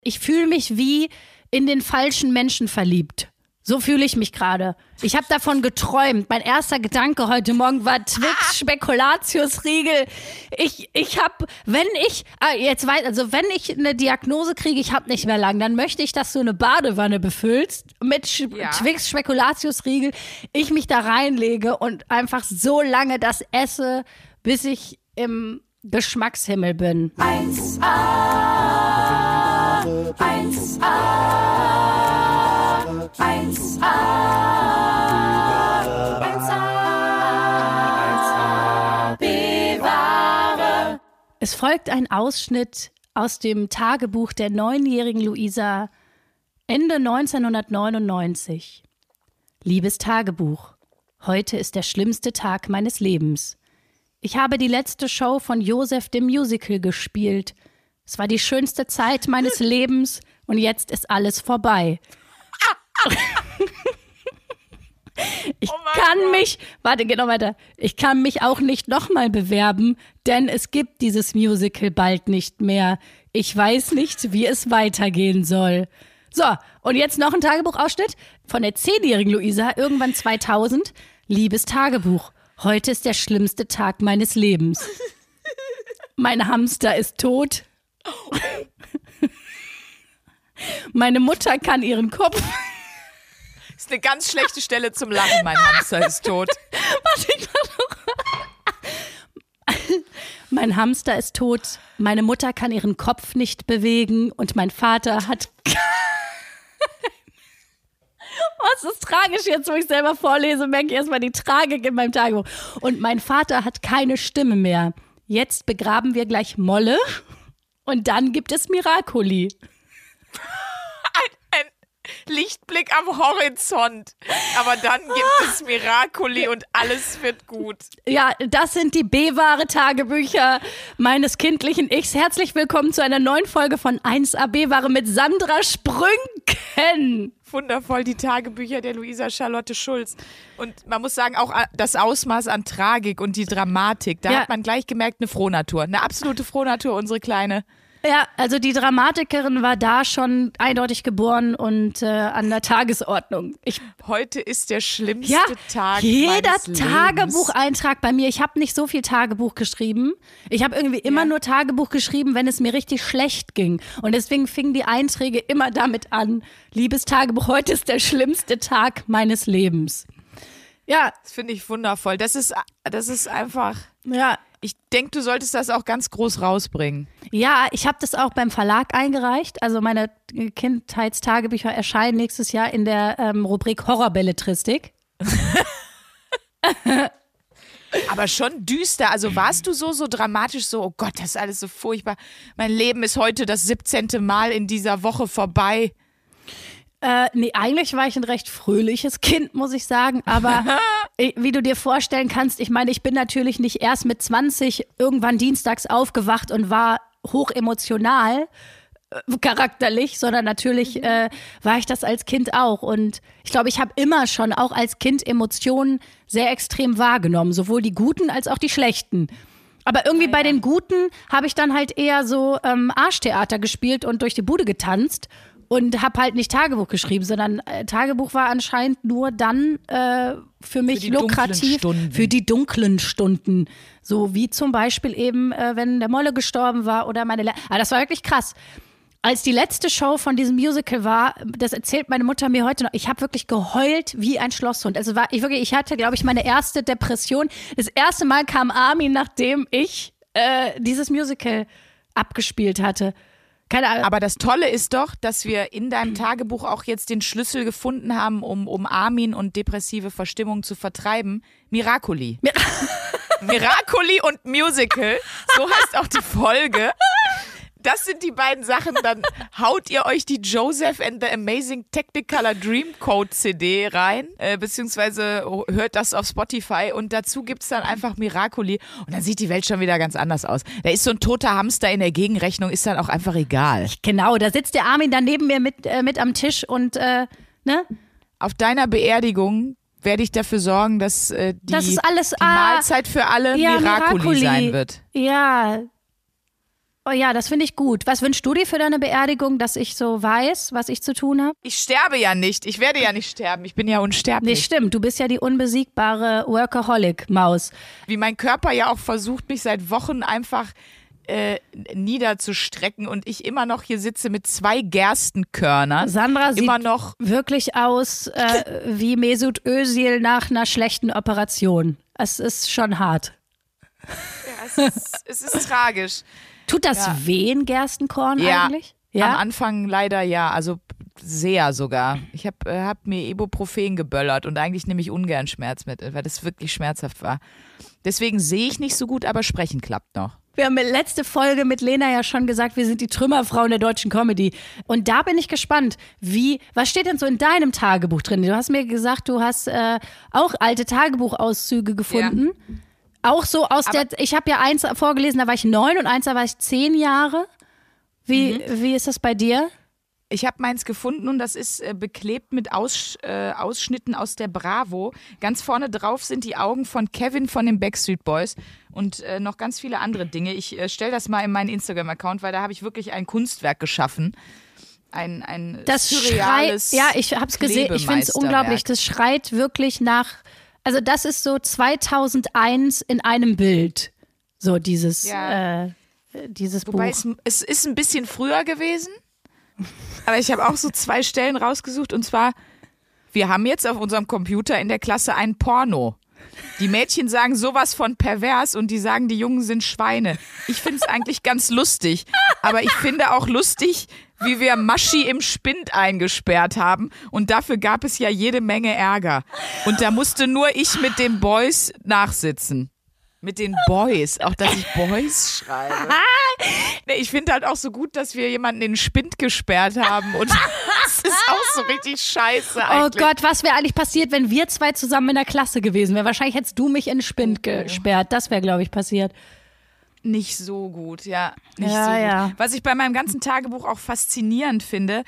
Ich fühle mich wie in den falschen Menschen verliebt. So fühle ich mich gerade. Ich habe davon geträumt. Mein erster Gedanke heute Morgen war Twix Spekulatius-Riegel. Wenn ich eine Diagnose kriege, ich habe nicht mehr lang, dann möchte ich, dass du eine Badewanne befüllst mit Twix Spekulatius-Riegel, ich mich da reinlege und einfach so lange das esse, bis ich im Geschmackshimmel bin. 1A, 1A, 1A, 1A, bewahre. Es folgt ein Ausschnitt aus dem Tagebuch der 9-jährigen Luisa, Ende 1999. Liebes Tagebuch, heute ist der schlimmste Tag meines Lebens. Ich habe die letzte Show von Joseph dem Musical gespielt. Es war die schönste Zeit meines Lebens und jetzt ist alles vorbei. Ich kann mich auch nicht nochmal bewerben, denn es gibt dieses Musical bald nicht mehr. Ich weiß nicht, wie es weitergehen soll. So, und jetzt noch ein Tagebuchausschnitt von der 10-jährigen Luisa, irgendwann 2000. Liebes Tagebuch, heute ist der schlimmste Tag meines Lebens. Mein Hamster ist tot. Meine Mutter kann ihren Kopf... Das ist eine ganz schlechte Stelle zum Lachen. Mein Hamster ist tot. Mein Hamster ist tot. Meine Mutter kann ihren Kopf nicht bewegen und mein Vater hat... Was ist tragisch jetzt, wo ich selber vorlese, merke ich erstmal die Tragik in meinem Tagebuch. Und mein Vater hat keine Stimme mehr. Jetzt begraben wir gleich Molle und dann gibt es Miracoli. Ein Lichtblick am Horizont. Aber dann gibt es Miracoli und alles wird gut. Ja, das sind die B-Ware-Tagebücher meines kindlichen Ichs. Herzlich willkommen zu einer neuen Folge von 1A B-Ware mit Sandra Sprünken. Wundervoll, die Tagebücher der Luisa Charlotte Schulz. Und man muss sagen, auch das Ausmaß an Tragik und die Dramatik, da hat man gleich gemerkt, eine Frohnatur. Eine absolute Frohnatur, unsere Kleine. Ja, also die Dramatikerin war da schon eindeutig geboren und an der Tagesordnung. Heute ist der schlimmste Tag jeder meines Lebens. Tagebucheintrag bei mir. Ich habe nicht so viel Tagebuch geschrieben. Ich habe irgendwie immer nur Tagebuch geschrieben, wenn es mir richtig schlecht ging. Und deswegen fingen die Einträge immer damit an. Liebes Tagebuch, heute ist der schlimmste Tag meines Lebens. Ja. Das finde ich wundervoll. Das ist einfach... Ja. Ich denke, du solltest das auch ganz groß rausbringen. Ja, ich habe das auch beim Verlag eingereicht. Also meine Kindheitstagebücher erscheinen nächstes Jahr in der Rubrik Horrorbelletristik. Aber schon düster. Also warst du so dramatisch, so, oh Gott, das ist alles so furchtbar. Mein Leben ist heute das 17. Mal in dieser Woche vorbei. Nee, eigentlich war ich ein recht fröhliches Kind, muss ich sagen. Aber wie du dir vorstellen kannst, ich meine, ich bin natürlich nicht erst mit 20 irgendwann dienstags aufgewacht und war hochemotional charakterlich, sondern natürlich war ich das als Kind auch. Und ich glaube, ich habe immer schon auch als Kind Emotionen sehr extrem wahrgenommen, sowohl die guten als auch die schlechten. Aber irgendwie bei den Guten habe ich dann halt eher so Arschtheater gespielt und durch die Bude getanzt. Und habe halt nicht Tagebuch geschrieben, sondern Tagebuch war anscheinend nur dann für mich lukrativ für die dunklen Stunden. So wie zum Beispiel eben, wenn der Molle gestorben war oder meine... Aber das war wirklich krass. Als die letzte Show von diesem Musical war, das erzählt meine Mutter mir heute noch, ich habe wirklich geheult wie ein Schlosshund. Also ich hatte, glaube ich, meine erste Depression. Das erste Mal kam Armin, nachdem ich dieses Musical abgespielt hatte. Keine Ahnung. Aber das Tolle ist doch, dass wir in deinem Tagebuch auch jetzt den Schlüssel gefunden haben, um Armin und depressive Verstimmung zu vertreiben. Miracoli. Miracoli und Musical. So heißt auch die Folge. Das sind die beiden Sachen. Dann haut ihr euch die Joseph and the Amazing Technicolor Dreamcoat CD rein, beziehungsweise hört das auf Spotify und dazu gibt's dann einfach Miracoli und dann sieht die Welt schon wieder ganz anders aus. Da ist so ein toter Hamster in der Gegenrechnung, ist dann auch einfach egal. Genau, da sitzt der Armin dann neben mir mit am Tisch und ne? Auf deiner Beerdigung werde ich dafür sorgen, dass die alles, Mahlzeit für alle Miracoli sein wird. Ja. Oh ja, das finde ich gut. Was wünschst du dir für deine Beerdigung, dass ich so weiß, was ich zu tun habe? Ich sterbe ja nicht. Ich werde ja nicht sterben. Ich bin ja unsterblich. Nee, stimmt. Du bist ja die unbesiegbare Workaholic-Maus. Wie mein Körper ja auch versucht, mich seit Wochen einfach niederzustrecken und ich immer noch hier sitze mit 2 Gerstenkörnern. Sandra sieht immer noch wirklich aus wie Mesut Özil nach einer schlechten Operation. Es ist schon hart. Ja, es ist tragisch. Tut das weh, ein Gerstenkorn eigentlich? Ja, am Anfang leider ja, also sehr sogar. Ich hab mir Ibuprofen geböllert und eigentlich nehme ich ungern Schmerzmittel, weil das wirklich schmerzhaft war. Deswegen sehe ich nicht so gut, aber sprechen klappt noch. Wir haben letzte Folge mit Lena ja schon gesagt, wir sind die Trümmerfrauen der deutschen Comedy. Und da bin ich gespannt, was steht denn so in deinem Tagebuch drin? Du hast mir gesagt, du hast auch alte Tagebuchauszüge gefunden. Ja. Auch so ich habe ja eins vorgelesen, da war ich 9 und eins, da war ich 10 Jahre. Wie ist das bei dir? Ich habe meins gefunden und das ist beklebt mit Ausschnitten aus der Bravo. Ganz vorne drauf sind die Augen von Kevin von den Backstreet Boys und noch ganz viele andere Dinge. Ich stelle das mal in meinen Instagram-Account, weil da habe ich wirklich ein Kunstwerk geschaffen. Ein das surreales ja, ich habe es gesehen. Ich finde es unglaublich. Das schreit wirklich nach, also das ist so 2001 in einem Bild. So dieses Buch. Wobei es ist ein bisschen früher gewesen. Aber ich habe auch so 2 Stellen rausgesucht und zwar, wir haben jetzt auf unserem Computer in der Klasse ein Porno. Die Mädchen sagen sowas von pervers und die sagen, die Jungen sind Schweine. Ich finde es eigentlich ganz lustig, aber ich finde auch lustig, wie wir Maschi im Spind eingesperrt haben und dafür gab es ja jede Menge Ärger. Und da musste nur ich mit den Boys nachsitzen. Mit den Boys, auch dass ich Boys schreibe. Nee, ich finde halt auch so gut, dass wir jemanden in den Spind gesperrt haben und das ist auch so richtig scheiße eigentlich. Oh Gott, was wäre eigentlich passiert, wenn wir 2 zusammen in der Klasse gewesen wären? Wahrscheinlich hättest du mich in den Spind gesperrt. Das wäre, glaube ich, passiert. Nicht so gut, ja. Nicht so gut. Was ich bei meinem ganzen Tagebuch auch faszinierend finde,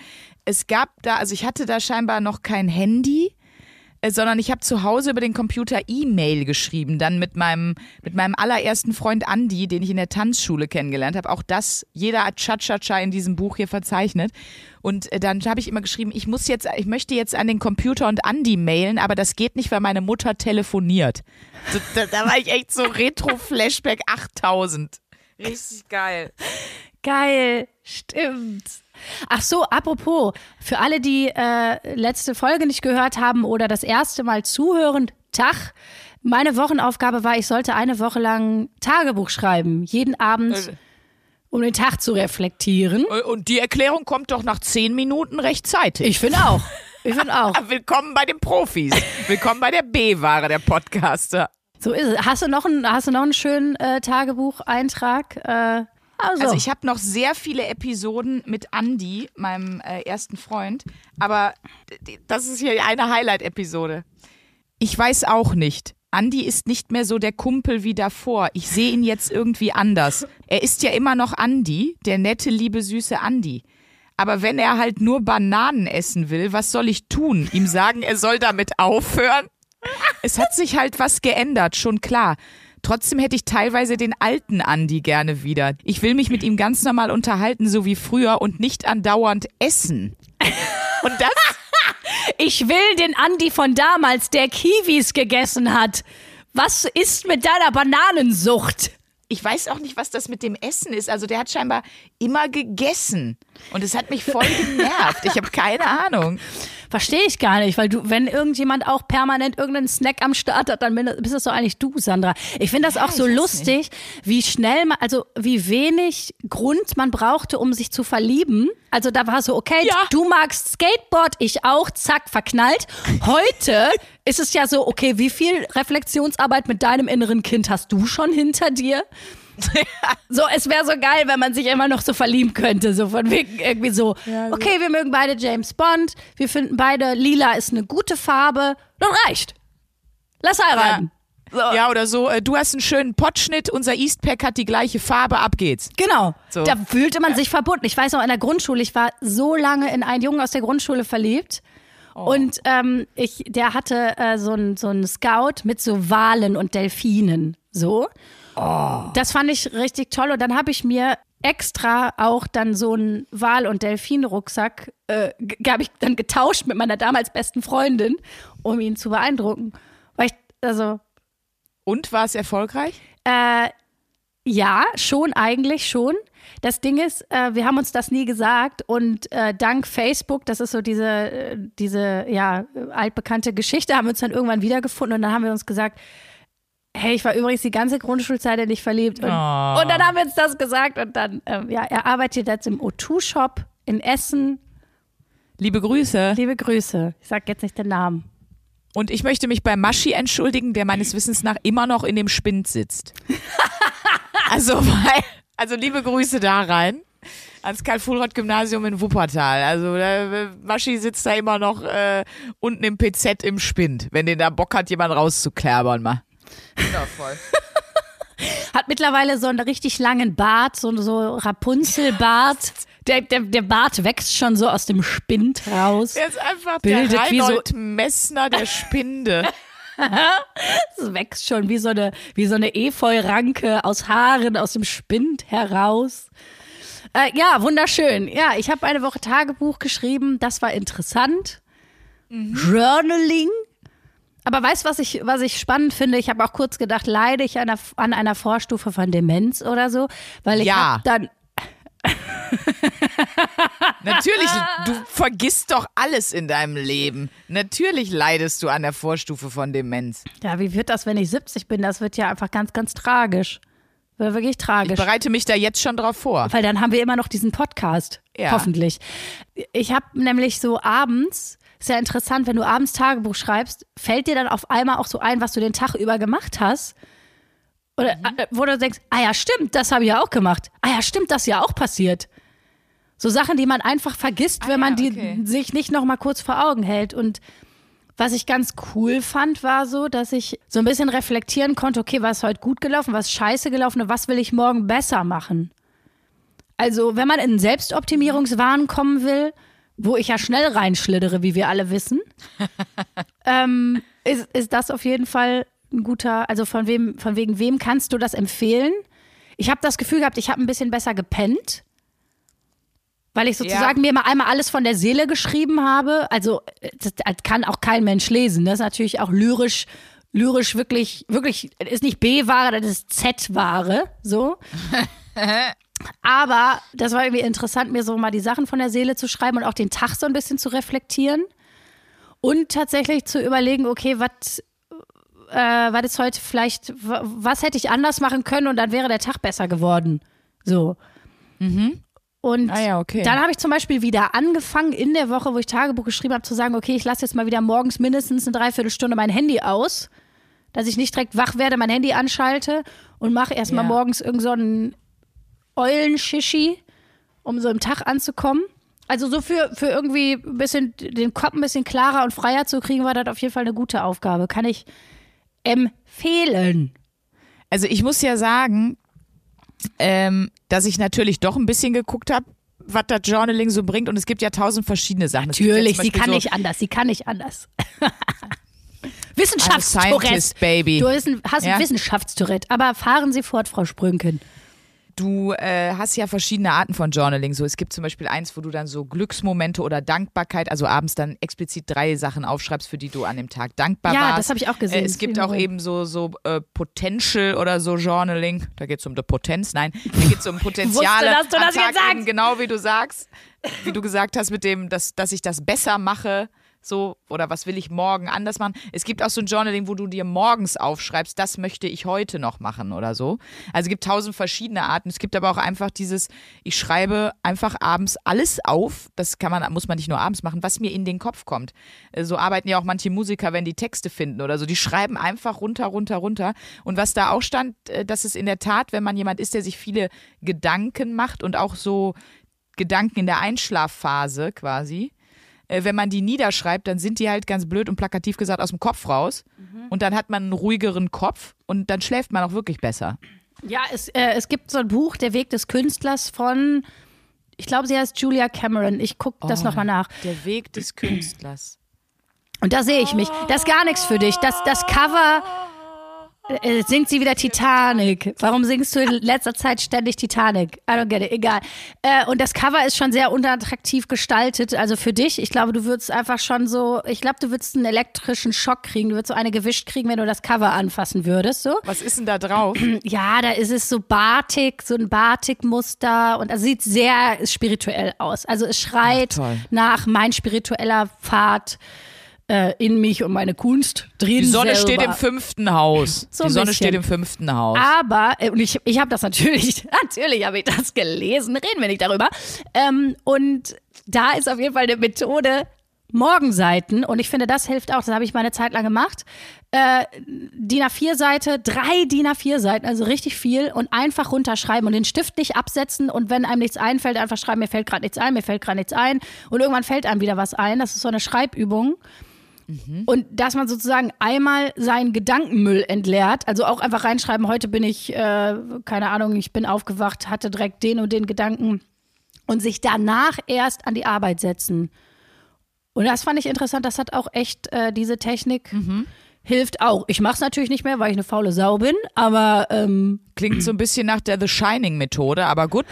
ich hatte da scheinbar noch kein Handy, sondern ich habe zu Hause über den Computer E-Mail geschrieben, dann mit meinem allerersten Freund Andi, den ich in der Tanzschule kennengelernt habe. Auch das, jeder hat Cha-Cha-Cha in diesem Buch hier verzeichnet. Und dann habe ich immer geschrieben, ich möchte jetzt an den Computer und Andi mailen, aber das geht nicht, weil meine Mutter telefoniert. So, da war ich echt so Retro-Flashback 8000. Richtig geil. Geil, stimmt. Ach so, apropos, für alle, die letzte Folge nicht gehört haben oder das erste Mal zuhören, Tag, meine Wochenaufgabe war, ich sollte eine Woche lang Tagebuch schreiben, jeden Abend, um den Tag zu reflektieren. Und die Erklärung kommt doch nach 10 Minuten rechtzeitig. Ich finde auch. Willkommen bei den Profis. Willkommen bei der B-Ware, der Podcaster. So ist es. Hast du noch einen schönen Tagebucheintrag? Also ich habe noch sehr viele Episoden mit Andi, meinem ersten Freund, aber das ist hier eine Highlight-Episode. Ich weiß auch nicht. Andi ist nicht mehr so der Kumpel wie davor. Ich sehe ihn jetzt irgendwie anders. Er ist ja immer noch Andi, der nette, liebe, süße Andi. Aber wenn er halt nur Bananen essen will, was soll ich tun? Ihm sagen, er soll damit aufhören? Es hat sich halt was geändert, schon klar. Trotzdem hätte ich teilweise den alten Andi gerne wieder. Ich will mich mit ihm ganz normal unterhalten, so wie früher und nicht andauernd essen. Und das? Ich will den Andi von damals, der Kiwis gegessen hat. Was ist mit deiner Bananensucht? Ich weiß auch nicht, was das mit dem Essen ist. Also der hat scheinbar immer gegessen. Und es hat mich voll genervt. Ich habe keine Ahnung. Verstehe ich gar nicht, weil wenn irgendjemand auch permanent irgendeinen Snack am Start hat, dann bist das doch eigentlich du, Sandra. Ich finde das auch so lustig, wie schnell wie wenig Grund man brauchte, um sich zu verlieben. Also da war so, okay, du magst Skateboard, ich auch, zack, verknallt. Heute ist es ja so, okay, wie viel Reflexionsarbeit mit deinem inneren Kind hast du schon hinter dir? So, es wäre so geil, wenn man sich immer noch so verlieben könnte, so von wegen irgendwie so, okay, wir mögen beide James Bond, wir finden beide, lila ist eine gute Farbe, dann reicht. Lass heiraten. Ja. So. Ja, oder so, du hast einen schönen Pottschnitt, unser Eastpack hat die gleiche Farbe, ab geht's. Genau, so. Da fühlte man sich verbunden. Ich weiß noch, in der Grundschule, ich war so lange in einen Jungen aus der Grundschule verliebt. Und der hatte so einen Scout mit so Walen und Delfinen, so. Oh. Das fand ich richtig toll und dann habe ich mir extra auch dann so einen Wal- und Delfin-Rucksack habe ich dann getauscht mit meiner damals besten Freundin, um ihn zu beeindrucken. Und war es erfolgreich? Ja, eigentlich schon. Das Ding ist, wir haben uns das nie gesagt und dank Facebook, das ist so diese altbekannte Geschichte, haben wir uns dann irgendwann wiedergefunden und dann haben wir uns gesagt, hey, ich war übrigens die ganze Grundschulzeit in dich verliebt. Und dann haben wir uns das gesagt und dann, er arbeitet jetzt im O2-Shop in Essen. Liebe Grüße. Liebe Grüße. Ich sag jetzt nicht den Namen. Und ich möchte mich bei Maschi entschuldigen, der meines Wissens nach immer noch in dem Spind sitzt. Also liebe Grüße da rein. Ans Karl-Fulroth-Gymnasium in Wuppertal. Also Maschi sitzt da immer noch unten im PZ im Spind, wenn den da Bock hat, jemand rauszuklärbern mal. Wundervoll. Hat mittlerweile so einen richtig langen Bart, so Rapunzel-Bart. Der Bart wächst schon so aus dem Spind raus. Er ist einfach Bildet der wie Reinhold Messner der Spinde. Es wächst schon wie so eine Efeu-Ranke aus Haaren aus dem Spind heraus. Ja, wunderschön. Ja, ich habe eine Woche Tagebuch geschrieben. Das war interessant. Journaling. Aber weißt du, was ich spannend finde? Ich habe auch kurz gedacht, leide ich an einer Vorstufe von Demenz oder so? Weil ich habe dann... Natürlich, du vergisst doch alles in deinem Leben. Natürlich leidest du an der Vorstufe von Demenz. Ja, wie wird das, wenn ich 70 bin? Das wird ja einfach ganz, ganz tragisch. Wird wirklich tragisch. Ich bereite mich da jetzt schon drauf vor. Weil dann haben wir immer noch diesen Podcast. Ja. Hoffentlich. Ich habe nämlich so abends, ist ja interessant, wenn du abends Tagebuch schreibst, fällt dir dann auf einmal auch so ein, was du den Tag über gemacht hast. Oder wo du denkst, ja stimmt, das habe ich ja auch gemacht. Ja stimmt, das ist ja auch passiert. So Sachen, die man einfach vergisst, wenn man die sich nicht noch mal kurz vor Augen hält. Und was ich ganz cool fand, war so, dass ich so ein bisschen reflektieren konnte, okay, was ist heute gut gelaufen, was ist scheiße gelaufen und was will ich morgen besser machen. Also wenn man in einen Selbstoptimierungswahn kommen will, wo ich ja schnell reinschlittere, wie wir alle wissen, ist das auf jeden Fall ein guter, also von wegen wem kannst du das empfehlen? Ich habe das Gefühl gehabt, ich habe ein bisschen besser gepennt, weil ich sozusagen mir mal einmal alles von der Seele geschrieben habe. Also das kann auch kein Mensch lesen. Das ist natürlich auch lyrisch wirklich, ist nicht B-Ware, das ist Z-Ware, so. Aber das war irgendwie interessant, mir so mal die Sachen von der Seele zu schreiben und auch den Tag so ein bisschen zu reflektieren und tatsächlich zu überlegen, okay, was ist heute vielleicht, was hätte ich anders machen können und dann wäre der Tag besser geworden. So. Und dann habe ich zum Beispiel wieder angefangen in der Woche, wo ich Tagebuch geschrieben habe, zu sagen, okay, ich lasse jetzt mal wieder morgens mindestens eine Dreiviertelstunde mein Handy aus, dass ich nicht direkt wach werde, mein Handy anschalte und mache erstmal morgens irgend so einen Eulenschischi, um so im Tag anzukommen. Also so für irgendwie ein bisschen den Kopf ein bisschen klarer und freier zu kriegen, war das auf jeden Fall eine gute Aufgabe. Kann ich empfehlen. Also ich muss ja sagen, dass ich natürlich doch ein bisschen geguckt habe, was das Journaling so bringt und es gibt ja 1000 verschiedene Sachen. Natürlich, sie kann nicht anders. Wissenschaftstourette. Baby. Du hast ein Wissenschaftstourette, aber fahren Sie fort, Frau Sprünken. Du hast ja verschiedene Arten von Journaling. So, es gibt zum Beispiel eins, wo du dann so Glücksmomente oder Dankbarkeit, also abends dann explizit 3 Sachen aufschreibst, für die du an dem Tag dankbar warst. Ja, das habe ich auch gesehen. Es gibt auch eben so Potential oder so Journaling. Da geht es um die Potenz. Nein, da geht es um Potenziale. Dass du das jetzt sagst. Genau wie du sagst. Wie du gesagt hast mit dem, dass ich das besser mache. So, oder was will ich morgen anders machen? Es gibt auch so ein Journaling, wo du dir morgens aufschreibst, das möchte ich heute noch machen oder so. Also es gibt 1000 verschiedene Arten. Es gibt aber auch einfach dieses, ich schreibe einfach abends alles auf. Das muss man nicht nur abends machen, was mir in den Kopf kommt. So arbeiten ja auch manche Musiker, wenn die Texte finden oder so. Die schreiben einfach runter. Und was da auch stand, dass es in der Tat, wenn man jemand ist, der sich viele Gedanken macht und auch so Gedanken in der Einschlafphase quasi, wenn man die niederschreibt, dann sind die halt ganz blöd und plakativ gesagt aus dem Kopf raus. Und dann hat man einen ruhigeren Kopf und dann schläft man auch wirklich besser. Ja, es gibt so ein Buch, Der Weg des Künstlers von, ich glaube, sie heißt Julia Cameron. Ich gucke das nochmal nach. Der Weg des Künstlers. Und da sehe ich mich. Das ist gar nichts für dich. Das Cover, Singt sie wieder Titanic? Warum singst du in letzter Zeit ständig Titanic? I don't get it, egal. Und das Cover ist schon sehr unattraktiv gestaltet, also für dich. Ich glaube, du würdest einfach schon so, ich glaube, du würdest einen elektrischen Schock kriegen. Du würdest so eine gewischt kriegen, wenn du das Cover anfassen würdest, so. Was ist denn da drauf? Ja, da ist es so Batik, so ein Batikmuster und also sieht sehr spirituell aus. Also es schreit nach mein spiritueller Pfad in mich und meine Kunst drin. Die Sonne selber. steht im 5. Haus. So die Sonne bisschen. steht im 5. Haus. Aber, und ich habe das natürlich habe ich das gelesen, reden wir nicht darüber. Und da ist auf jeden Fall eine Methode, Morgenseiten, und ich finde, das hilft auch, das habe ich mal eine Zeit lang gemacht, DIN A4-Seite, 3 DIN A4-Seiten, also richtig viel, und einfach runterschreiben und den Stift nicht absetzen und wenn einem nichts einfällt, einfach schreiben, mir fällt gerade nichts ein, und irgendwann fällt einem wieder was ein. Das ist so eine Schreibübung. Und dass man sozusagen einmal seinen Gedankenmüll entleert, also auch einfach reinschreiben, heute bin ich, keine Ahnung, ich bin aufgewacht, hatte direkt den und den Gedanken, und sich danach erst an die Arbeit setzen. Und das fand ich interessant, das hat auch echt diese Technik hilft auch. Ich mache es natürlich nicht mehr, weil ich eine faule Sau bin, aber klingt so ein bisschen nach der The Shining-Methode, aber gut.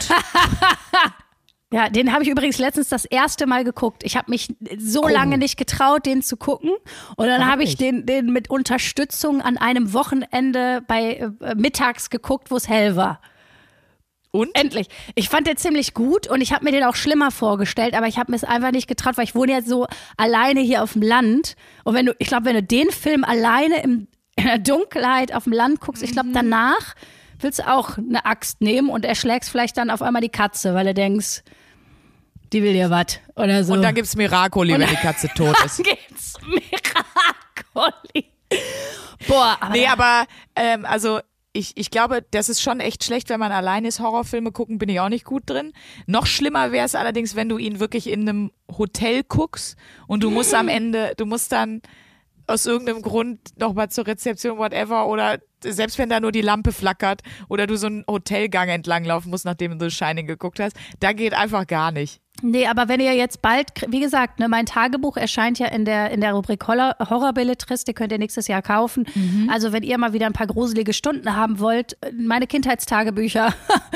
Ja, den habe ich übrigens letztens das erste Mal geguckt. Ich habe mich so lange nicht getraut, den zu gucken. Und dann habe ich den mit Unterstützung an einem Wochenende bei mittags geguckt, wo es hell war. Und? Endlich. Ich fand den ziemlich gut und ich habe mir den auch schlimmer vorgestellt, aber ich habe mir es einfach nicht getraut, weil ich wohne ja so alleine hier auf dem Land. Und wenn du den Film alleine in der Dunkelheit auf dem Land guckst, ich glaube, danach willst du auch eine Axt nehmen und erschlägst vielleicht dann auf einmal die Katze, weil du denkst, die will dir was oder so. Und dann gibt's Miracoli, wenn die Katze tot ist. Dann gibt's Miracoli. Boah, aber also ich glaube, das ist schon echt schlecht, wenn man allein ist. Horrorfilme gucken, bin ich auch nicht gut drin. Noch schlimmer wäre es allerdings, wenn du ihn wirklich in einem Hotel guckst und du musst dann aus irgendeinem Grund nochmal zur Rezeption, whatever, oder selbst wenn da nur die Lampe flackert oder du so einen Hotelgang entlang laufen musst, nachdem du The Shining geguckt hast, da geht einfach gar nicht. Nee, aber wenn ihr jetzt bald, wie gesagt, ne, mein Tagebuch erscheint ja in der Rubrik Horrorbelletristik, könnt ihr nächstes Jahr kaufen. Also wenn ihr mal wieder ein paar gruselige Stunden haben wollt, meine Kindheitstagebücher.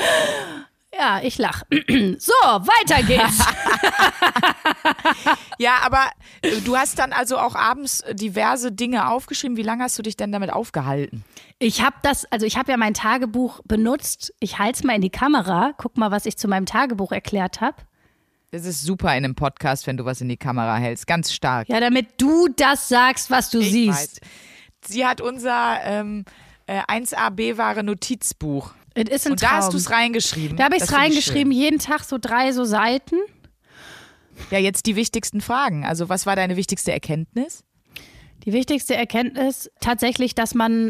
Ja, ich lach. So, weiter geht's. Ja, aber du hast dann also auch abends diverse Dinge aufgeschrieben. Wie lange hast du dich denn damit aufgehalten? Ich habe ja mein Tagebuch benutzt. Ich halte es mal in die Kamera. Guck mal, was ich zu meinem Tagebuch erklärt habe. Das ist super in einem Podcast, wenn du was in die Kamera hältst. Ganz stark. Ja, damit du das sagst, was du siehst. Weiß. Sie hat unser 1A-B-Ware Notizbuch. Ist ein Und da Traum. hast du es reingeschrieben. Da habe ich es reingeschrieben, jeden Tag so 3 so Seiten. Ja, jetzt die wichtigsten Fragen. Also was war deine wichtigste Erkenntnis? Die wichtigste Erkenntnis tatsächlich, dass man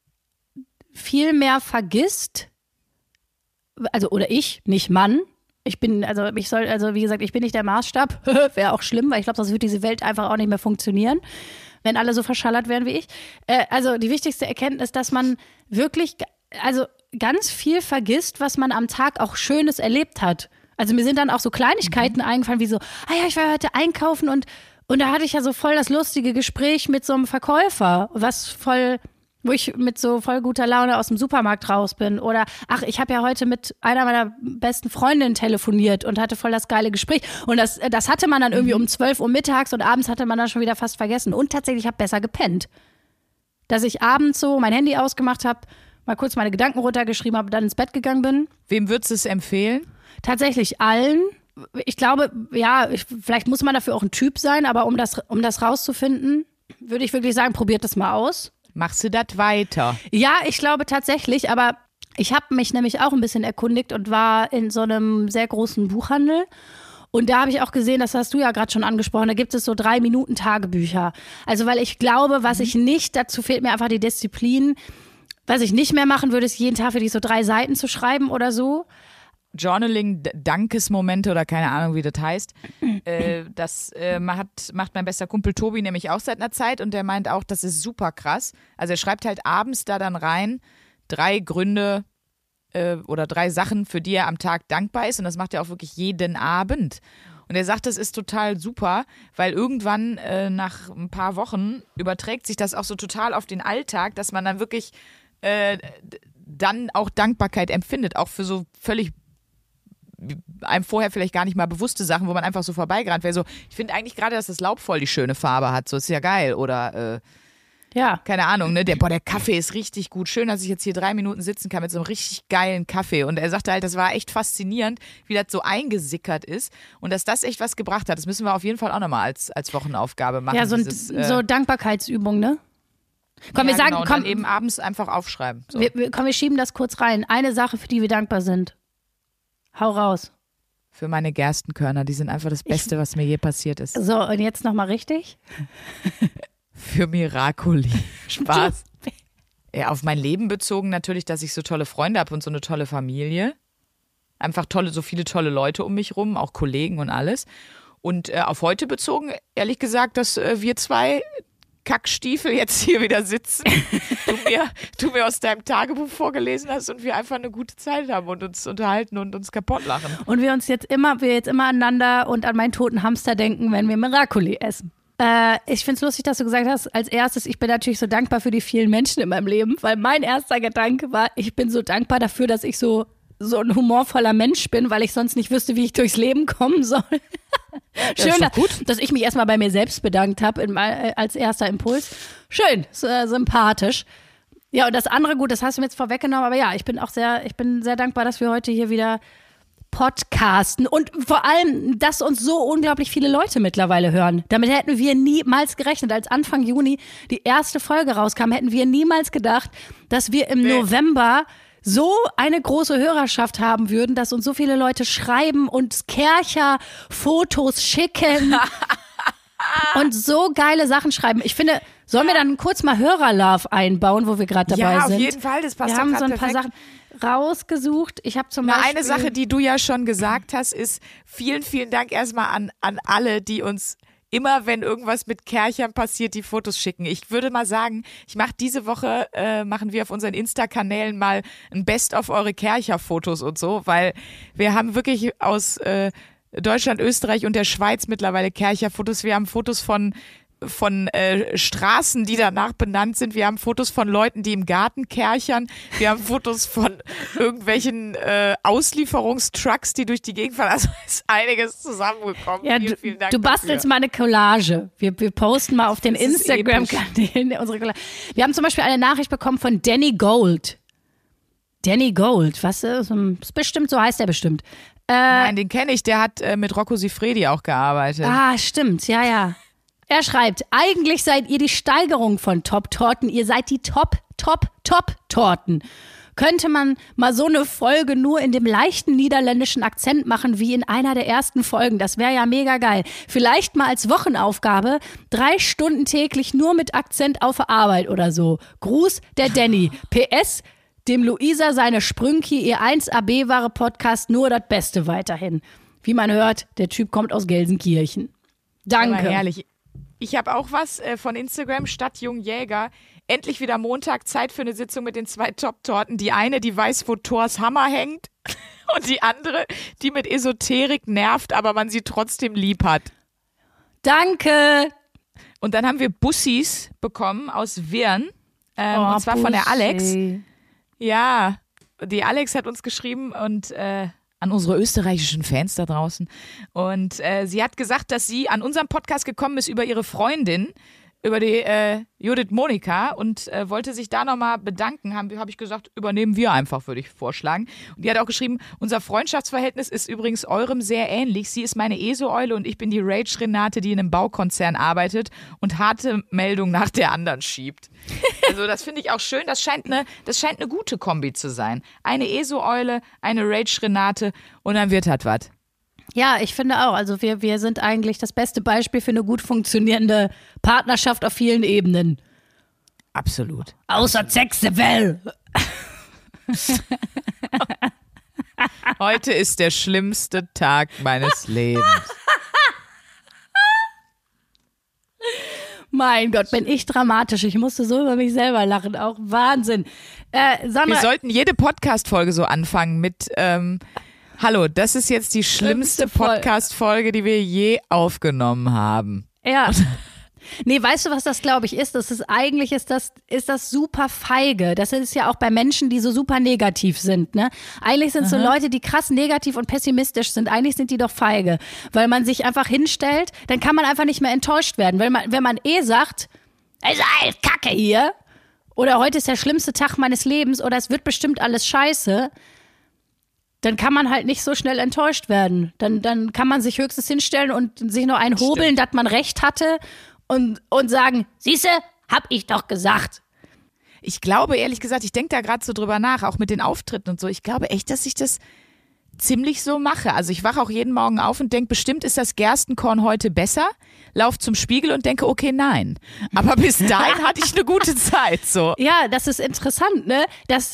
viel mehr vergisst. Also, oder ich, nicht Mann. Ich bin nicht der Maßstab. Wäre auch schlimm, weil ich glaube, sonst würde diese Welt einfach auch nicht mehr funktionieren, wenn alle so verschallert wären wie ich. Also die wichtigste Erkenntnis, dass man wirklich, also ganz viel vergisst, was man am Tag auch Schönes erlebt hat. Also mir sind dann auch so Kleinigkeiten eingefallen, wie so, ich war heute einkaufen und da hatte ich ja so voll das lustige Gespräch mit so einem Verkäufer, wo ich mit so voll guter Laune aus dem Supermarkt raus bin. Oder, ich habe ja heute mit einer meiner besten Freundinnen telefoniert und hatte voll das geile Gespräch. Und das hatte man dann irgendwie um 12 Uhr mittags und abends hatte man dann schon wieder fast vergessen. Und tatsächlich habe ich besser gepennt. Dass ich abends so mein Handy ausgemacht habe, mal kurz meine Gedanken runtergeschrieben habe, dann ins Bett gegangen bin. Wem würdest du es empfehlen? Tatsächlich allen. Ich glaube, vielleicht muss man dafür auch ein Typ sein, aber um das rauszufinden, würde ich wirklich sagen, probiert das mal aus. Machst du das weiter? Ja, ich glaube tatsächlich, aber ich habe mich nämlich auch ein bisschen erkundigt und war in so einem sehr großen Buchhandel. Und da habe ich auch gesehen, das hast du ja gerade schon angesprochen, da gibt es so 3-Minuten-Tagebücher. Also weil ich glaube, dazu fehlt mir einfach die Disziplin. Was ich nicht mehr machen würde, ist jeden Tag für dich so 3 Seiten zu schreiben oder so. Journaling, Dankesmomente oder keine Ahnung, wie das heißt. Das macht mein bester Kumpel Tobi nämlich auch seit einer Zeit und der meint auch, das ist super krass. Also er schreibt halt abends da dann rein 3 Gründe oder 3 Sachen, für die er am Tag dankbar ist und das macht er auch wirklich jeden Abend. Und er sagt, das ist total super, weil irgendwann nach ein paar Wochen überträgt sich das auch so total auf den Alltag, dass man dann wirklich dann auch Dankbarkeit empfindet, auch für so völlig einem vorher vielleicht gar nicht mal bewusste Sachen, wo man einfach so vorbeigerannt wäre. So, ich finde eigentlich gerade, dass das Laub voll die schöne Farbe hat. So, ist ja geil. Oder ja. Keine Ahnung, ne? Der Kaffee ist richtig gut. Schön, dass ich jetzt hier 3 Minuten sitzen kann mit so einem richtig geilen Kaffee. Und er sagte halt, das war echt faszinierend, wie das so eingesickert ist und dass das echt was gebracht hat. Das müssen wir auf jeden Fall auch nochmal als Wochenaufgabe machen. Ja, so Dankbarkeitsübung, ne? Komm, wir sagen, genau, komm, dann eben abends einfach aufschreiben. So. Wir schieben das kurz rein. Eine Sache, für die wir dankbar sind. Hau raus. Für meine Gerstenkörner, die sind einfach das Beste, was mir je passiert ist. So, und jetzt nochmal richtig? Für Miracoli. Spaß. Ja, auf mein Leben bezogen natürlich, dass ich so tolle Freunde habe und so eine tolle Familie. Einfach so viele tolle Leute um mich rum, auch Kollegen und alles. Und auf heute bezogen, ehrlich gesagt, dass wir 2 Kackstiefel jetzt hier wieder sitzen, du mir aus deinem Tagebuch vorgelesen hast und wir einfach eine gute Zeit haben und uns unterhalten und uns kaputt lachen. Und wir jetzt immer aneinander und an meinen toten Hamster denken, wenn wir Miracoli essen. Ich finde es lustig, dass du gesagt hast, als erstes, ich bin natürlich so dankbar für die vielen Menschen in meinem Leben, weil mein erster Gedanke war, ich bin so dankbar dafür, dass ich so ein humorvoller Mensch bin, weil ich sonst nicht wüsste, wie ich durchs Leben kommen soll. Schön, dass ich mich erstmal bei mir selbst bedankt habe als erster Impuls. Schön, sympathisch. Ja, und das andere, gut, das hast du mir jetzt vorweggenommen, aber ja, ich bin sehr dankbar, dass wir heute hier wieder podcasten und vor allem, dass uns so unglaublich viele Leute mittlerweile hören. Damit hätten wir niemals gerechnet. Als Anfang Juni die erste Folge rauskam, hätten wir niemals gedacht, dass wir im November so eine große Hörerschaft haben würden, dass uns so viele Leute schreiben und Kercher-Fotos schicken und so geile Sachen schreiben. Ich finde, sollen wir dann kurz mal Hörerlove einbauen, wo wir gerade dabei sind? Ja, auf jeden Fall, das passt. Wir haben so ein paar Sachen rausgesucht. Ich habe zum Beispiel eine Sache, die du ja schon gesagt hast, ist vielen, vielen Dank erstmal an alle, die uns immer, wenn irgendwas mit Kerchern passiert, die Fotos schicken. Ich würde mal sagen, diese Woche machen wir auf unseren Insta-Kanälen mal ein Best of eure Kercher-Fotos und so, weil wir haben wirklich aus Deutschland, Österreich und der Schweiz mittlerweile Kercher-Fotos. Wir haben Fotos von Straßen, die danach benannt sind. Wir haben Fotos von Leuten, die im Garten kerchern. Wir haben Fotos von irgendwelchen Auslieferungstrucks, die durch die Gegend fahren. Also ist einiges zusammengekommen. Ja, vielen Dank. Du bastelst mal eine Collage. Wir posten mal auf den Instagram-Kanälen unsere Collage. Wir haben zum Beispiel eine Nachricht bekommen von Danny Gold. Danny Gold, was ist bestimmt, so heißt er bestimmt. Nein, den kenne ich. Der hat mit Rocco Siffredi auch gearbeitet. Ah, stimmt. Ja. Er schreibt, eigentlich seid ihr die Steigerung von Top-Torten. Ihr seid die Top-Torten. Könnte man mal so eine Folge nur in dem leichten niederländischen Akzent machen, wie in einer der ersten Folgen. Das wäre ja mega geil. Vielleicht mal als Wochenaufgabe 3 Stunden täglich nur mit Akzent auf der Arbeit oder so. Gruß, der Danny. PS, dem Luisa seine Sprünki, ihr 1AB-Ware-Podcast, nur das Beste weiterhin. Wie man hört, der Typ kommt aus Gelsenkirchen. Danke. Aber herrlich. Ich habe auch was von Instagram, Stadtjungjäger. Endlich wieder Montag, Zeit für eine Sitzung mit den 2 Top-Torten. Die eine, die weiß, wo Thors Hammer hängt. Und die andere, die mit Esoterik nervt, aber man sie trotzdem lieb hat. Danke. Und dann haben wir Bussis bekommen aus Wirn. Und zwar von der Alex. Ja, die Alex hat uns geschrieben und an unsere österreichischen Fans da draußen. Und sie hat gesagt, dass sie an unserem Podcast gekommen ist über ihre Freundin, über die Judith Monika und wollte sich da nochmal bedanken. Hab ich gesagt, übernehmen wir einfach, würde ich vorschlagen. Und die hat auch geschrieben, unser Freundschaftsverhältnis ist übrigens eurem sehr ähnlich. Sie ist meine ESO-Eule und ich bin die Rage-Renate, die in einem Baukonzern arbeitet und harte Meldung nach der anderen schiebt. Also das finde ich auch schön. Das scheint eine gute Kombi zu sein. Eine ESO-Eule, eine Rage-Renate und dann wird halt was. Ja, ich finde auch. Also wir sind eigentlich das beste Beispiel für eine gut funktionierende Partnerschaft auf vielen Ebenen. Absolut. Außer Sexewell. Heute ist der schlimmste Tag meines Lebens. Mein Gott, bin ich dramatisch. Ich musste so über mich selber lachen. Auch Wahnsinn. Sandra, wir sollten jede Podcast-Folge so anfangen mit Hallo, das ist jetzt die schlimmste Podcast-Folge, die wir je aufgenommen haben. Ja. Nee, weißt du, was das, glaube ich, ist? Eigentlich ist das super feige. Das ist ja auch bei Menschen, die so super negativ sind, ne? Eigentlich sind so Leute, die krass negativ und pessimistisch sind, eigentlich sind die doch feige. Weil man sich einfach hinstellt, dann kann man einfach nicht mehr enttäuscht werden. Wenn man sagt, es ist alles Kacke hier, oder heute ist der schlimmste Tag meines Lebens, oder es wird bestimmt alles scheiße, dann kann man halt nicht so schnell enttäuscht werden. Dann kann man sich höchstens hinstellen und sich noch einhobeln, dass man recht hatte und sagen, siehste, hab ich doch gesagt. Ich glaube, ehrlich gesagt, ich denke da gerade so drüber nach, auch mit den Auftritten und so. Ich glaube echt, dass ich das ziemlich so mache. Also ich wache auch jeden Morgen auf und denke, bestimmt ist das Gerstenkorn heute besser. Lauf zum Spiegel und denke, okay, nein. Aber bis dahin hatte ich eine gute Zeit. So. Ja, das ist interessant, ne? Dass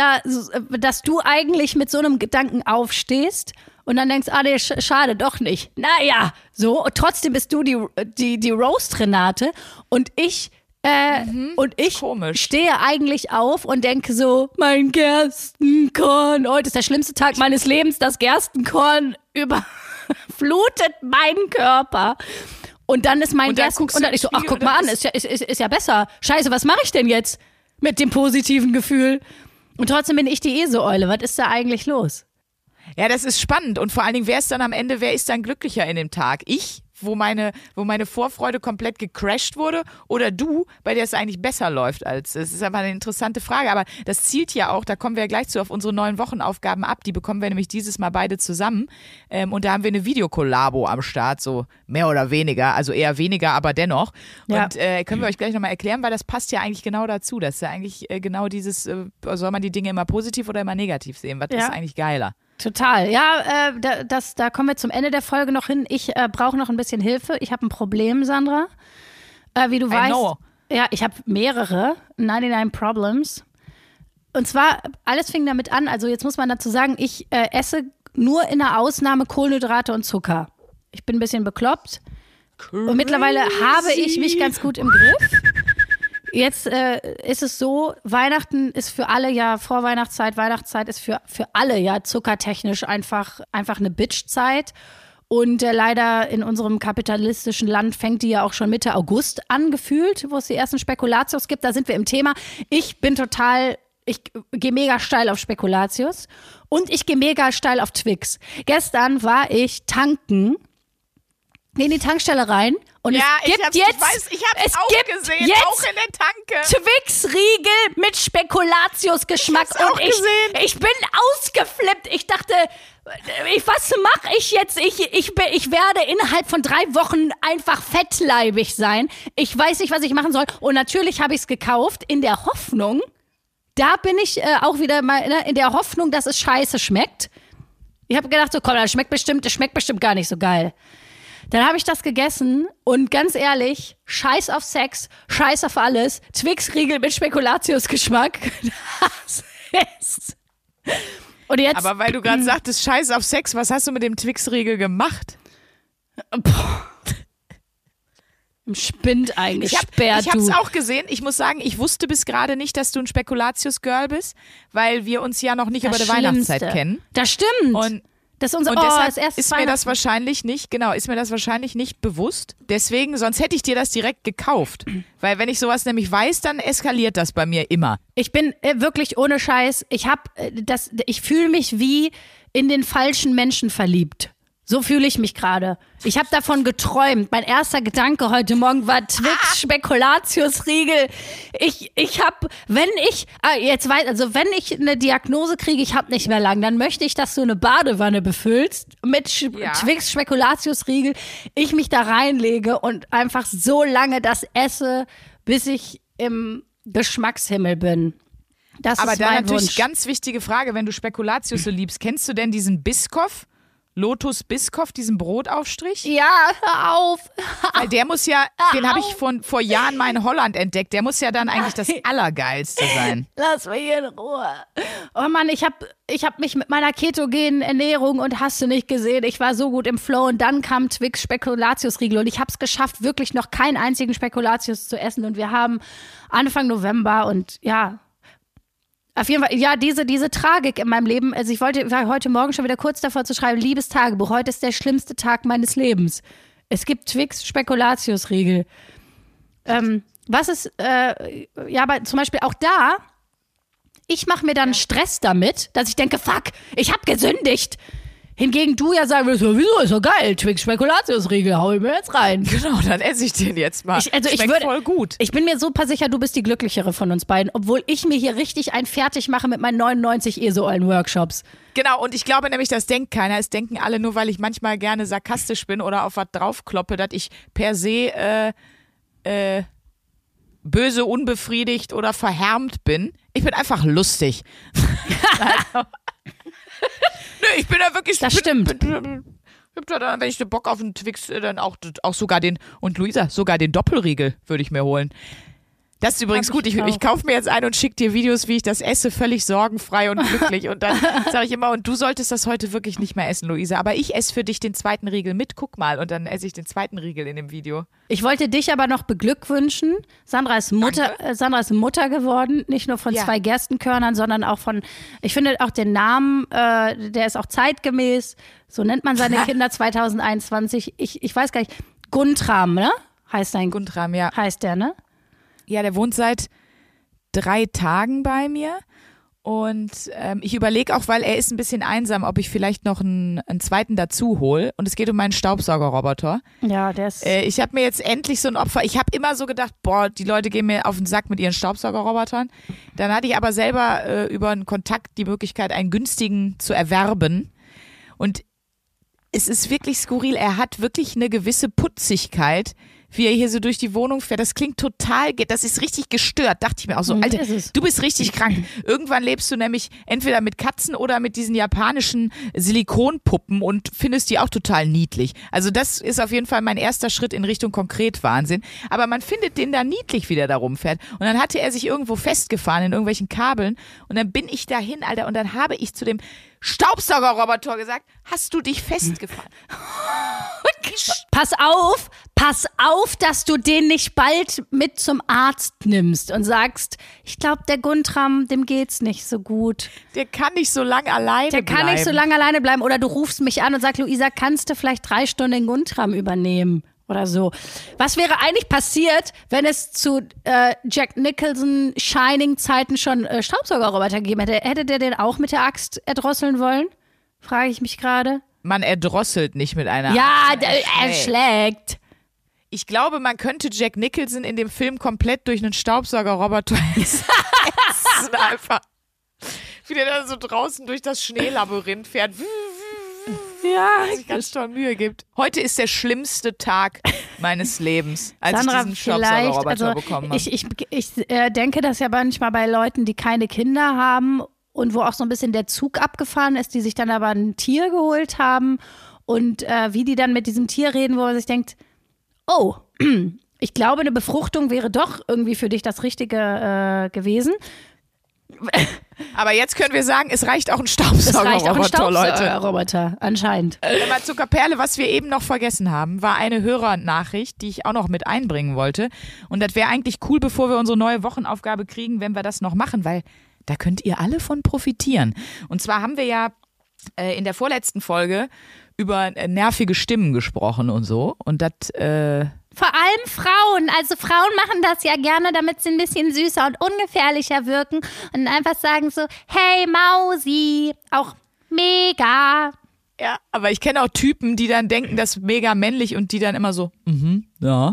du eigentlich mit so einem Gedanken aufstehst und dann denkst, nee, schade, doch nicht. Naja, so. Und trotzdem bist du die Roast-Renate und ich Komisch. Stehe eigentlich auf und denke so, mein Gerstenkorn, heute ist der schlimmste Tag meines Lebens, das Gerstenkorn überflutet meinen Körper. Und dann ist mein Gerstenkorn, und dann ich so, ach, guck mal an, ist ja besser. Scheiße, was mache ich denn jetzt mit dem positiven Gefühl? Und trotzdem bin ich die Eseeule. Was ist da eigentlich los? Ja, das ist spannend. Und vor allen Dingen, wer ist dann glücklicher in dem Tag? Ich, wo meine Vorfreude komplett gecrashed wurde, oder du, bei der es eigentlich besser läuft als. Es ist aber eine interessante Frage, aber das zielt ja auch, da kommen wir ja gleich zu, auf unsere neuen Wochenaufgaben ab, die bekommen wir nämlich dieses Mal beide zusammen und da haben wir eine Videokollabo am Start, so mehr oder weniger, also eher weniger, aber dennoch. Ja. Und können wir euch gleich nochmal erklären, weil das passt ja eigentlich genau dazu, das ist ja eigentlich genau dieses, soll man die Dinge immer positiv oder immer negativ sehen, was ist eigentlich geiler? Total, ja, da kommen wir zum Ende der Folge noch hin. Ich brauche noch ein bisschen Hilfe. Ich habe ein Problem, Sandra. Wie du weißt, ja, ich habe mehrere, 99 Problems. Und zwar, alles fing damit an, also jetzt muss man dazu sagen, ich esse nur in der Ausnahme Kohlenhydrate und Zucker. Ich bin ein bisschen bekloppt. Crazy. Und mittlerweile habe ich mich ganz gut im Griff. Jetzt ist es so, Weihnachten ist für alle ja, Vorweihnachtszeit, Weihnachtszeit ist für alle ja zuckertechnisch einfach eine Bitch-Zeit. Und leider in unserem kapitalistischen Land fängt die ja auch schon Mitte August an, gefühlt, wo es die ersten Spekulatius gibt. Da sind wir im Thema. Ich gehe mega steil auf Spekulatius und ich gehe mega steil auf Twix. Gestern war ich tanken, in die Tankstelle rein. Und ja, ich hab's auch gesehen, auch in der Tanke. Twix-Riegel mit Spekulatius-Geschmack. Und ich bin ausgeflippt. Ich dachte, was mache ich jetzt? Ich werde innerhalb von 3 Wochen einfach fettleibig sein. Ich weiß nicht, was ich machen soll. Und natürlich habe ich es gekauft in der Hoffnung, da bin ich auch wieder mal in der Hoffnung, dass es scheiße schmeckt. Ich habe gedacht, so komm, das schmeckt bestimmt gar nicht so geil. Dann habe ich das gegessen und ganz ehrlich, scheiß auf Sex, scheiß auf alles, Twix-Riegel mit Spekulatius-Geschmack. Das ist. Und jetzt, aber weil du gerade sagtest, scheiß auf Sex, was hast du mit dem Twix-Riegel gemacht? Im Spind eingesperrt, Ich hab's auch gesehen. Ich muss sagen, ich wusste bis gerade nicht, dass du ein Spekulatius-Girl bist, weil wir uns ja noch nicht über die Weihnachtszeit kennen. Das stimmt. Und deshalb ist mir das wahrscheinlich nicht bewusst. Deswegen, sonst hätte ich dir das direkt gekauft. Weil wenn ich sowas nämlich weiß, dann eskaliert das bei mir immer. Ich bin wirklich ohne Scheiß, ich fühle mich wie in den falschen Menschen verliebt. So fühle ich mich gerade. Ich habe davon geträumt. Mein erster Gedanke heute Morgen war Twix Spekulatius-Riegel. Wenn ich eine Diagnose kriege, ich habe nicht mehr lang, dann möchte ich, dass du eine Badewanne befüllst mit Twix Spekulatius-Riegel, ich mich da reinlege und einfach so lange das esse, bis ich im Geschmackshimmel bin. Das aber ist dann mein natürlich Wunsch. Ganz wichtige Frage, wenn du Spekulatius so liebst, kennst du denn diesen Biscoff? Lotus Biscoff, diesen Brotaufstrich? Ja, hör auf. Weil der muss ja, den habe ich vor Jahren mal in Holland entdeckt, der muss ja dann eigentlich das Allergeilste sein. Lass mich in Ruhe. Oh Mann, ich hab mich mit meiner ketogenen Ernährung und hast du nicht gesehen, ich war so gut im Flow und dann kam Twix Spekulatius-Riegel und ich habe es geschafft, wirklich noch keinen einzigen Spekulatius zu essen und wir haben Anfang November und ja, Auf jeden Fall, ja, diese Tragik in meinem Leben. Also ich war heute Morgen schon wieder kurz davor zu schreiben, liebes Tagebuch, heute ist der schlimmste Tag meines Lebens. Es gibt Twix Spekulatius-Riegel. Was ist, aber zum Beispiel auch da, ich mache mir dann Stress damit, dass ich denke, fuck, ich habe gesündigt. Hingegen du ja sagen würdest, wieso, ist doch geil, Twix Spekulatius-Riegel, hau ich mir jetzt rein. Genau, dann esse ich den jetzt mal. Schmeckt voll gut. Ich bin mir super sicher, du bist die glücklichere von uns beiden, obwohl ich mir hier richtig ein fertig mache mit meinen 99 Workshops. Genau, und ich glaube nämlich, das denkt keiner. Es denken alle nur, weil ich manchmal gerne sarkastisch bin oder auf was draufkloppe, dass ich per se böse, unbefriedigt oder verhärmt bin. Ich bin einfach lustig. Nö, ich bin da wirklich... Das stimmt. Wenn ich Bock auf einen Twix, dann auch sogar sogar den Doppelriegel würde ich mir holen. Das ist übrigens gut. Ich kaufe mir jetzt ein und schicke dir Videos, wie ich das esse, völlig sorgenfrei und glücklich. Und dann sage ich immer, und du solltest das heute wirklich nicht mehr essen, Luisa. Aber ich esse für dich den zweiten Riegel mit, guck mal. Und dann esse ich den zweiten Riegel in dem Video. Ich wollte dich aber noch beglückwünschen. Sandra ist Mutter geworden. Nicht nur von 2 Gerstenkörnern, sondern auch von, ich finde auch den Namen, der ist auch zeitgemäß. So nennt man seine Kinder 2021. Ich weiß gar nicht. Guntram, ne? Heißt dein Guntram, ja. Heißt der, ne? Ja, der wohnt seit 3 Tagen bei mir und ich überlege auch, weil er ist ein bisschen einsam, ob ich vielleicht noch einen zweiten dazu hole und es geht um meinen Staubsaugerroboter. Ja, der ist... ich habe mir jetzt endlich so ein Opfer, ich habe immer so gedacht, boah, die Leute gehen mir auf den Sack mit ihren Staubsaugerrobotern. Dann hatte ich aber selber über einen Kontakt die Möglichkeit, einen günstigen zu erwerben und es ist wirklich skurril, er hat wirklich eine gewisse Putzigkeit, wie er hier so durch die Wohnung fährt. Das klingt total, das ist richtig gestört, dachte ich mir auch so. Alter, du bist richtig krank. Irgendwann lebst du nämlich entweder mit Katzen oder mit diesen japanischen Silikonpuppen und findest die auch total niedlich. Also das ist auf jeden Fall mein erster Schritt in Richtung Konkretwahnsinn. Aber man findet den da niedlich, wie der da rumfährt. Und dann hatte er sich irgendwo festgefahren in irgendwelchen Kabeln und dann bin ich dahin, Alter, und dann habe ich zu dem Staubsaugerroboter gesagt, hast du dich festgefahren? Pass auf, dass du den nicht bald mit zum Arzt nimmst und sagst, ich glaube, der Guntram, dem geht's nicht so gut. Der kann nicht so lange alleine bleiben. Der kann nicht so lange alleine bleiben. Oder du rufst mich an und sagst, Luisa, kannst du vielleicht 3 Stunden den Guntram übernehmen? Oder so. Was wäre eigentlich passiert, wenn es zu Jack Nicholson Shining-Zeiten schon Staubsaugerroboter gegeben hätte? Hätte der den auch mit der Axt erdrosseln wollen? Frage ich mich gerade. Man erdrosselt nicht mit einer Axt. Ja, er schlägt. Ich glaube, man könnte Jack Nicholson in dem Film komplett durch einen Staubsaugerroboter ersetzen. Einfach. Wie der dann so draußen durch das Schneelabyrinth fährt. Ja, sich ganz toll Mühe gibt. Heute ist der schlimmste Tag meines Lebens, als Sandra, ich diesen Staubsaugerroboter bekommen habe. Ich denke das ja manchmal bei Leuten, die keine Kinder haben und wo auch so ein bisschen der Zug abgefahren ist, die sich dann aber ein Tier geholt haben und wie die dann mit diesem Tier reden, wo man sich denkt, oh, ich glaube, eine Befruchtung wäre doch irgendwie für dich das Richtige gewesen. Aber jetzt können wir sagen, es reicht auch ein Staubsaugerroboter, Leute. Anscheinend. Mal Zuckerperle, was wir eben noch vergessen haben, war eine Hörernachricht, die ich auch noch mit einbringen wollte. Und das wäre eigentlich cool, bevor wir unsere neue Wochenaufgabe kriegen, wenn wir das noch machen, weil da könnt ihr alle von profitieren. Und zwar haben wir ja in der vorletzten Folge über nervige Stimmen gesprochen und so. Und das vor allem Frauen. Also Frauen machen das ja gerne, damit sie ein bisschen süßer und ungefährlicher wirken und einfach sagen so, hey Mausi, auch mega. Ja, aber ich kenne auch Typen, die dann denken, das ist mega männlich und die dann immer so, ja.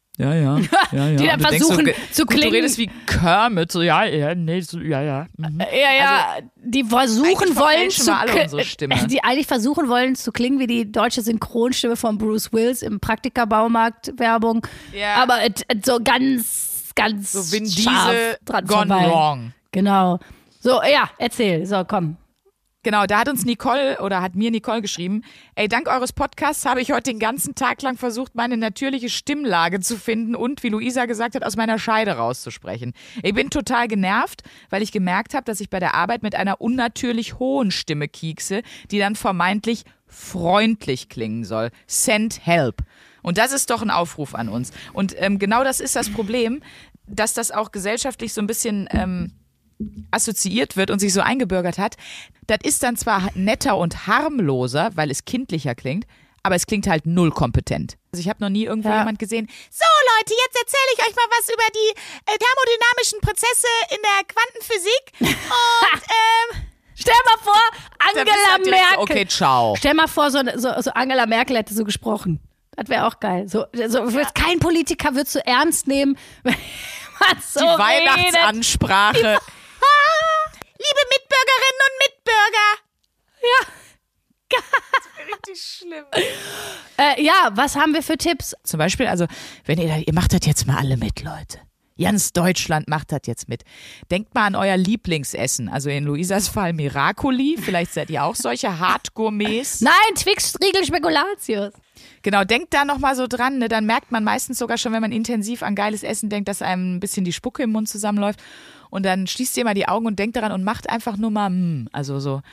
Die dann versuchen zu klingen. Du redest wie Kermit, so ja. Mhm. Also, die versuchen wollen die eigentlich versuchen wollen zu klingen wie die deutsche Synchronstimme von Bruce Willis im Praktika-Baumarkt-Werbung. Ja. Aber so ganz so Vin scharf Diesel dran gone vorbei. wrong. Genau. So, ja, erzähl. So, komm. Genau, da hat mir Nicole geschrieben, ey, dank eures Podcasts habe ich heute den ganzen Tag lang versucht, meine natürliche Stimmlage zu finden und, wie Luisa gesagt hat, aus meiner Scheide rauszusprechen. Ich bin total genervt, weil ich gemerkt habe, dass ich bei der Arbeit mit einer unnatürlich hohen Stimme kiekse, die dann vermeintlich freundlich klingen soll. Send help. Und das ist doch ein Aufruf an uns. Und genau das ist das Problem, dass das auch gesellschaftlich so ein bisschen assoziiert wird und sich so eingebürgert hat, das ist dann zwar netter und harmloser, weil es kindlicher klingt, aber es klingt halt null kompetent. Also ich habe noch nie irgendwo jemand gesehen, so Leute, jetzt erzähle ich euch mal was über die thermodynamischen Prozesse in der Quantenphysik und stell mal vor, Angela Merkel. Okay, ciao. Stell mal vor, so Angela Merkel hätte so gesprochen. Das wäre auch geil. Kein Politiker wird so ernst nehmen, wenn man so die Weihnachtsansprache. Liebe Mitbürgerinnen und Mitbürger. Ja. Das ist richtig schlimm. Ja, was haben wir für Tipps? Zum Beispiel, also, wenn ihr macht das jetzt mal alle mit, Leute. Ganz Deutschland macht das jetzt mit. Denkt mal an euer Lieblingsessen. Also in Luisas Fall Miracoli. Vielleicht seid ihr auch solche Hartgourmets. Nein, Twix, Riegel, Spekulatius. Genau, denkt da nochmal so dran. Ne? Dann merkt man meistens sogar schon, wenn man intensiv an geiles Essen denkt, dass einem ein bisschen die Spucke im Mund zusammenläuft. Und dann schließt ihr mal die Augen und denkt daran und macht einfach nur mal also so.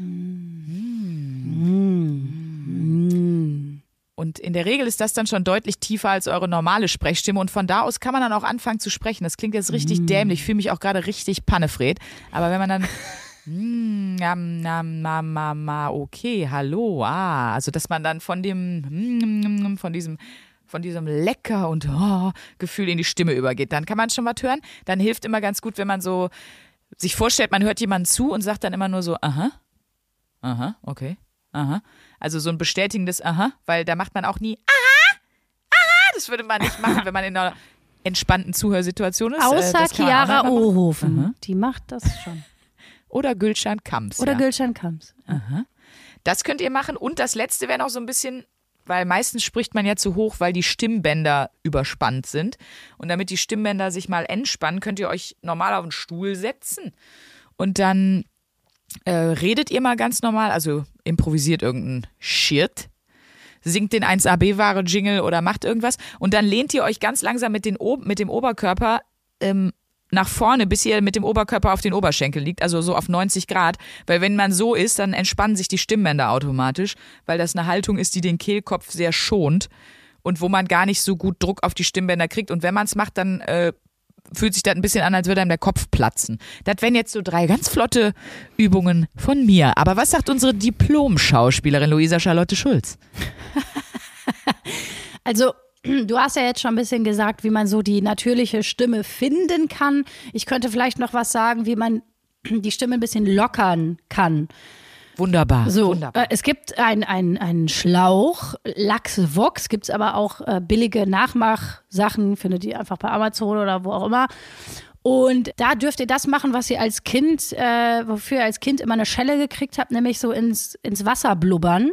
Und in der Regel ist das dann schon deutlich tiefer als eure normale Sprechstimme und von da aus kann man dann auch anfangen zu sprechen. Das klingt jetzt richtig dämlich, ich fühle mich auch gerade richtig Pannefred. Aber wenn man dann okay, hallo, also dass man dann von diesem lecker und Gefühl in die Stimme übergeht, dann kann man schon was hören. Dann hilft immer ganz gut, wenn man so sich vorstellt, man hört jemanden zu und sagt dann immer nur so, aha, okay. Aha. Also so ein bestätigendes Aha, weil da macht man auch nie Aha, das würde man nicht machen, wenn man in einer entspannten Zuhörsituation ist. Außer Chiara Ohofen, die macht das schon. Oder Gülcan Kams. Aha. Das könnt ihr machen und das letzte wäre noch so ein bisschen, weil meistens spricht man ja zu hoch, weil die Stimmbänder überspannt sind und damit die Stimmbänder sich mal entspannen, könnt ihr euch normal auf den Stuhl setzen und dann redet ihr mal ganz normal, also improvisiert irgendeinen Shit, singt den 1AB-Ware-Jingle oder macht irgendwas und dann lehnt ihr euch ganz langsam mit dem Oberkörper nach vorne, bis ihr mit dem Oberkörper auf den Oberschenkel liegt, also so auf 90 Grad, weil wenn man so ist, dann entspannen sich die Stimmbänder automatisch, weil das eine Haltung ist, die den Kehlkopf sehr schont und wo man gar nicht so gut Druck auf die Stimmbänder kriegt und wenn man es macht, dann fühlt sich das ein bisschen an, als würde einem der Kopf platzen. Das wären jetzt so 3 ganz flotte Übungen von mir. Aber was sagt unsere Diplom-Schauspielerin Luisa Charlotte Schulz? Also, du hast ja jetzt schon ein bisschen gesagt, wie man so die natürliche Stimme finden kann. Ich könnte vielleicht noch was sagen, wie man die Stimme ein bisschen lockern kann. Wunderbar. Wunderbar. Es gibt einen Schlauch, Lachsvox, gibt es aber auch billige Nachmachsachen, findet ihr einfach bei Amazon oder wo auch immer. Und da dürft ihr das machen, was ihr als Kind, wofür ihr als Kind immer eine Schelle gekriegt habt, nämlich so ins Wasser blubbern.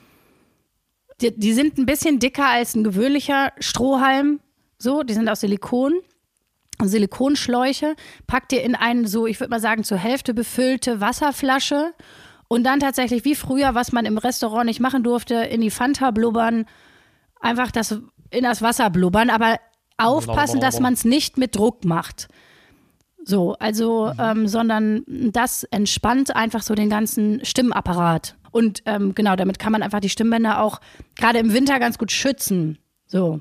Die sind ein bisschen dicker als ein gewöhnlicher Strohhalm, so, die sind aus Silikon. Silikonschläuche, packt ihr in eine so, ich würde mal sagen, zur Hälfte befüllte Wasserflasche. Und dann tatsächlich wie früher, was man im Restaurant nicht machen durfte, in die Fanta blubbern, einfach in das Wasser blubbern, aber aufpassen, dass man es nicht mit Druck macht. So, also, sondern das entspannt einfach so den ganzen Stimmapparat. Und genau, damit kann man einfach die Stimmbänder auch gerade im Winter ganz gut schützen. So.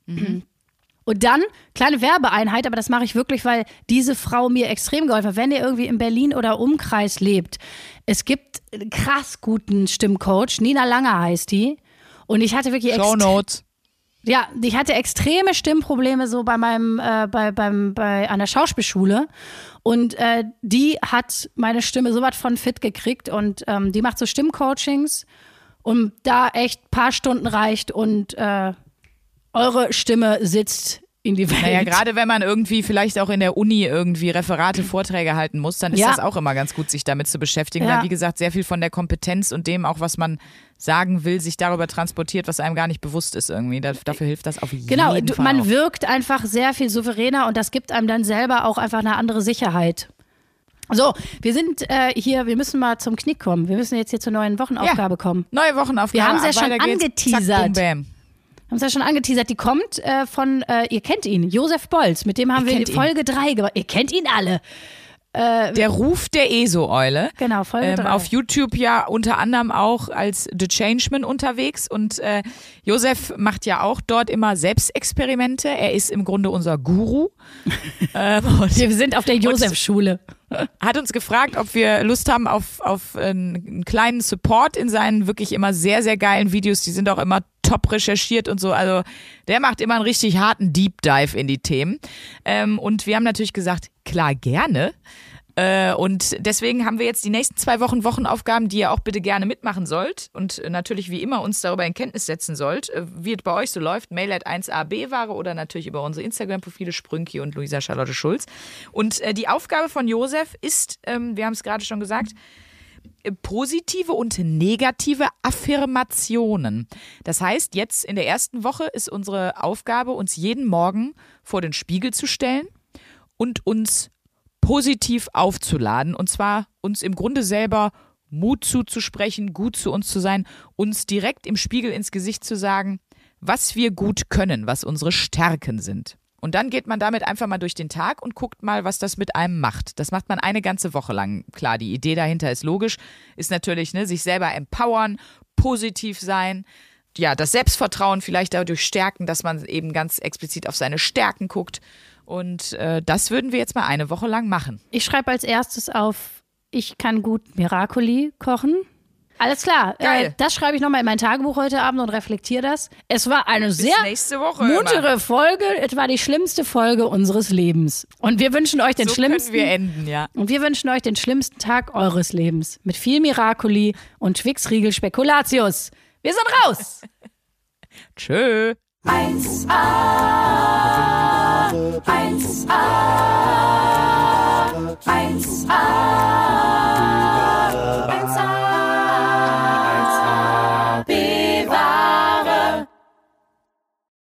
Und dann, kleine Werbeeinheit, aber das mache ich wirklich, weil diese Frau mir extrem geholfen hat. Wenn ihr irgendwie in Berlin oder Umkreis lebt, es gibt einen krass guten Stimmcoach, Nina Langer heißt die. Und ich hatte wirklich Shownotes. Ja, ich hatte extreme Stimmprobleme so bei meinem, an der Schauspielschule. Und die hat meine Stimme so was von fit gekriegt und die macht so Stimmcoachings und da echt ein paar Stunden reicht und eure Stimme sitzt in die Welt. Naja, gerade wenn man irgendwie vielleicht auch in der Uni irgendwie Referate, Vorträge halten muss, dann ist das auch immer ganz gut, sich damit zu beschäftigen. Weil, wie gesagt, sehr viel von der Kompetenz und dem auch, was man sagen will, sich darüber transportiert, was einem gar nicht bewusst ist irgendwie. Dafür hilft das auf jeden Fall. Genau, man wirkt einfach sehr viel souveräner und das gibt einem dann selber auch einfach eine andere Sicherheit. So, wir sind hier, wir müssen mal zum Knick kommen. Wir müssen jetzt hier zur neuen Wochenaufgabe kommen. Neue Wochenaufgabe. Wir haben es ja schon angeteasert. Zack, boom, bam. Haben es ja schon angeteasert, die kommt von, ihr kennt ihn, Josef Bolz, mit dem haben wir Folge 3 gemacht. Ihr kennt ihn alle. Der Ruf der ESO-Eule. Genau, Folge 3. Auf YouTube ja unter anderem auch als The Changeman unterwegs und Josef macht ja auch dort immer Selbstexperimente. Er ist im Grunde unser Guru. Wir sind auf der Josef-Schule. Hat uns gefragt, ob wir Lust haben auf einen kleinen Support in seinen wirklich immer sehr, sehr geilen Videos. Die sind auch immer top recherchiert und so. Also der macht immer einen richtig harten Deep Dive in die Themen. Und wir haben natürlich gesagt, klar, gerne. Und deswegen haben wir jetzt die nächsten 2 Wochen Wochenaufgaben, die ihr auch bitte gerne mitmachen sollt und natürlich wie immer uns darüber in Kenntnis setzen sollt, wie es bei euch so läuft. Mail at 1abware oder natürlich über unsere Instagram-Profile Sprünki und Luisa Charlotte Schulz. Und die Aufgabe von Josef ist, wir haben es gerade schon gesagt, positive und negative Affirmationen. Das heißt, jetzt in der ersten Woche ist unsere Aufgabe, uns jeden Morgen vor den Spiegel zu stellen und uns positiv aufzuladen. Und zwar uns im Grunde selber Mut zuzusprechen, gut zu uns zu sein, uns direkt im Spiegel ins Gesicht zu sagen, was wir gut können, was unsere Stärken sind. Und dann geht man damit einfach mal durch den Tag und guckt mal, was das mit einem macht. Das macht man eine ganze Woche lang. Klar, die Idee dahinter ist logisch, ist natürlich, sich selber empowern, positiv sein, ja, das Selbstvertrauen vielleicht dadurch stärken, dass man eben ganz explizit auf seine Stärken guckt. Und das würden wir jetzt mal eine Woche lang machen. Ich schreibe als erstes auf, ich kann gut Miracoli kochen. Alles klar, das schreibe ich nochmal in mein Tagebuch heute Abend und reflektiere das. Es war eine sehr muntere Folge. Es war die schlimmste Folge unseres Lebens. Und wir wünschen euch den schlimmsten. Können wir enden, ja. Und wir wünschen euch den schlimmsten Tag eures Lebens. Mit viel Miracoli und Twix-Riegel Spekulatius. Wir sind raus. Tschö. 1A, 1A, 1A.